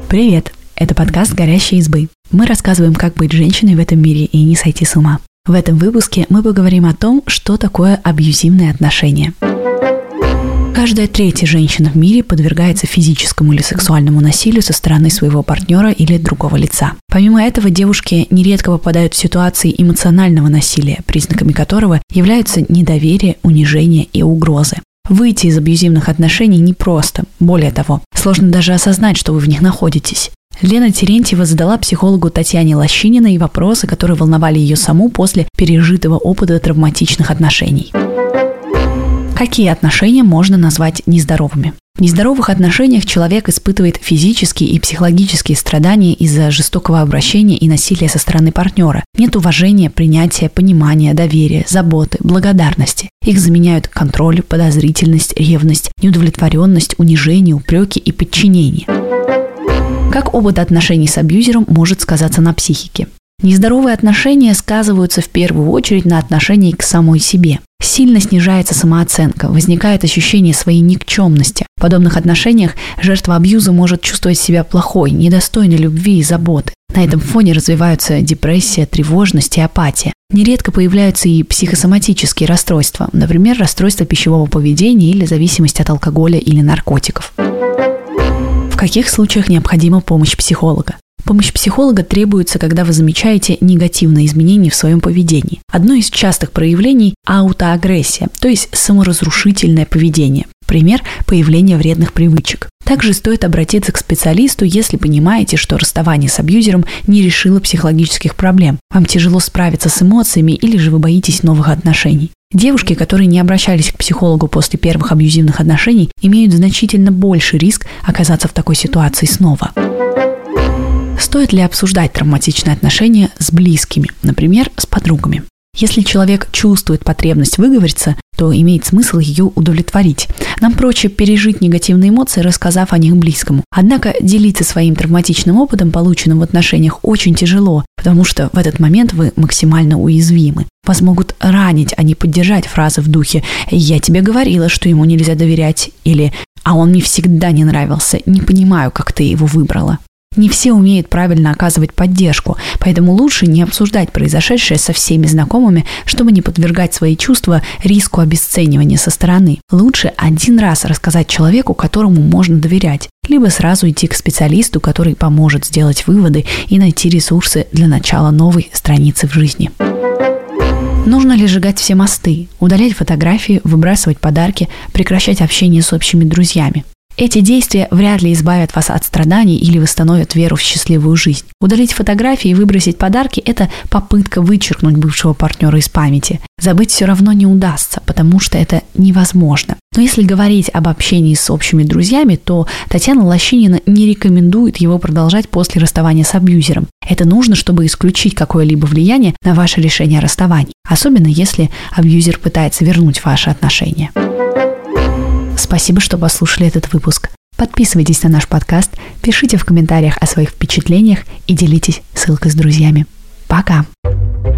Привет! Это подкаст «Горящие избы». Мы рассказываем, как быть женщиной в этом мире и не сойти с ума. В этом выпуске мы поговорим о том, что такое абьюзивные отношения. Каждая третья женщина в мире подвергается физическому или сексуальному насилию со стороны своего партнера или другого лица. Помимо этого, девушки нередко попадают в ситуации эмоционального насилия, признаками которого являются недоверие, унижение и угрозы. Выйти из абьюзивных отношений непросто. Более того, сложно даже осознать, что вы в них находитесь. Лена Терентьева задала психологу Татьяне Лощининой вопросы, которые волновали ее саму после пережитого опыта травматичных отношений. Какие отношения можно назвать нездоровыми? В нездоровых отношениях человек испытывает физические и психологические страдания из-за жестокого обращения и насилия со стороны партнера. Нет уважения, принятия, понимания, доверия, заботы, благодарности. Их заменяют контроль, подозрительность, ревность, неудовлетворенность, унижение, упреки и подчинение. Как опыт отношений с абьюзером может сказаться на психике? Нездоровые отношения сказываются в первую очередь на отношении к самой себе. Сильно снижается самооценка, возникает ощущение своей никчемности. В подобных отношениях жертва абьюза может чувствовать себя плохой, недостойной любви и заботы. На этом фоне развиваются депрессия, тревожность и апатия. Нередко появляются и психосоматические расстройства, например, расстройство пищевого поведения или зависимость от алкоголя или наркотиков. В каких случаях необходима помощь психолога? Помощь психолога требуется, когда вы замечаете негативные изменения в своем поведении. Одно из частых проявлений – аутоагрессия, то есть саморазрушительное поведение. Пример – появление вредных привычек. Также стоит обратиться к специалисту, если понимаете, что расставание с абьюзером не решило психологических проблем. Вам тяжело справиться с эмоциями или же вы боитесь новых отношений. Девушки, которые не обращались к психологу после первых абьюзивных отношений, имеют значительно больший риск оказаться в такой ситуации снова. Стоит ли обсуждать травматичные отношения с близкими, например, с подругами? Если человек чувствует потребность выговориться, то имеет смысл ее удовлетворить. Нам проще пережить негативные эмоции, рассказав о них близкому. Однако делиться своим травматичным опытом, полученным в отношениях, очень тяжело, потому что в этот момент вы максимально уязвимы. Вас могут ранить, а не поддержать фразы в духе «я тебе говорила, что ему нельзя доверять» или «а он мне всегда не нравился, не понимаю, как ты его выбрала». Не все умеют правильно оказывать поддержку, поэтому лучше не обсуждать произошедшее со всеми знакомыми, чтобы не подвергать свои чувства риску обесценивания со стороны. Лучше один раз рассказать человеку, которому можно доверять, либо сразу идти к специалисту, который поможет сделать выводы и найти ресурсы для начала новой страницы в жизни. Нужно ли сжигать все мосты, удалять фотографии, выбрасывать подарки, прекращать общение с общими друзьями? Эти действия вряд ли избавят вас от страданий или восстановят веру в счастливую жизнь. Удалить фотографии и выбросить подарки – это попытка вычеркнуть бывшего партнера из памяти. Забыть все равно не удастся, потому что это невозможно. Но если говорить об общении с общими друзьями, то Татьяна Лощинина не рекомендует его продолжать после расставания с абьюзером. Это нужно, чтобы исключить какое-либо влияние на ваше решение о расставании, особенно если абьюзер пытается вернуть ваши отношения. Спасибо, что послушали этот выпуск. Подписывайтесь на наш подкаст, пишите в комментариях о своих впечатлениях и делитесь ссылкой с друзьями. Пока!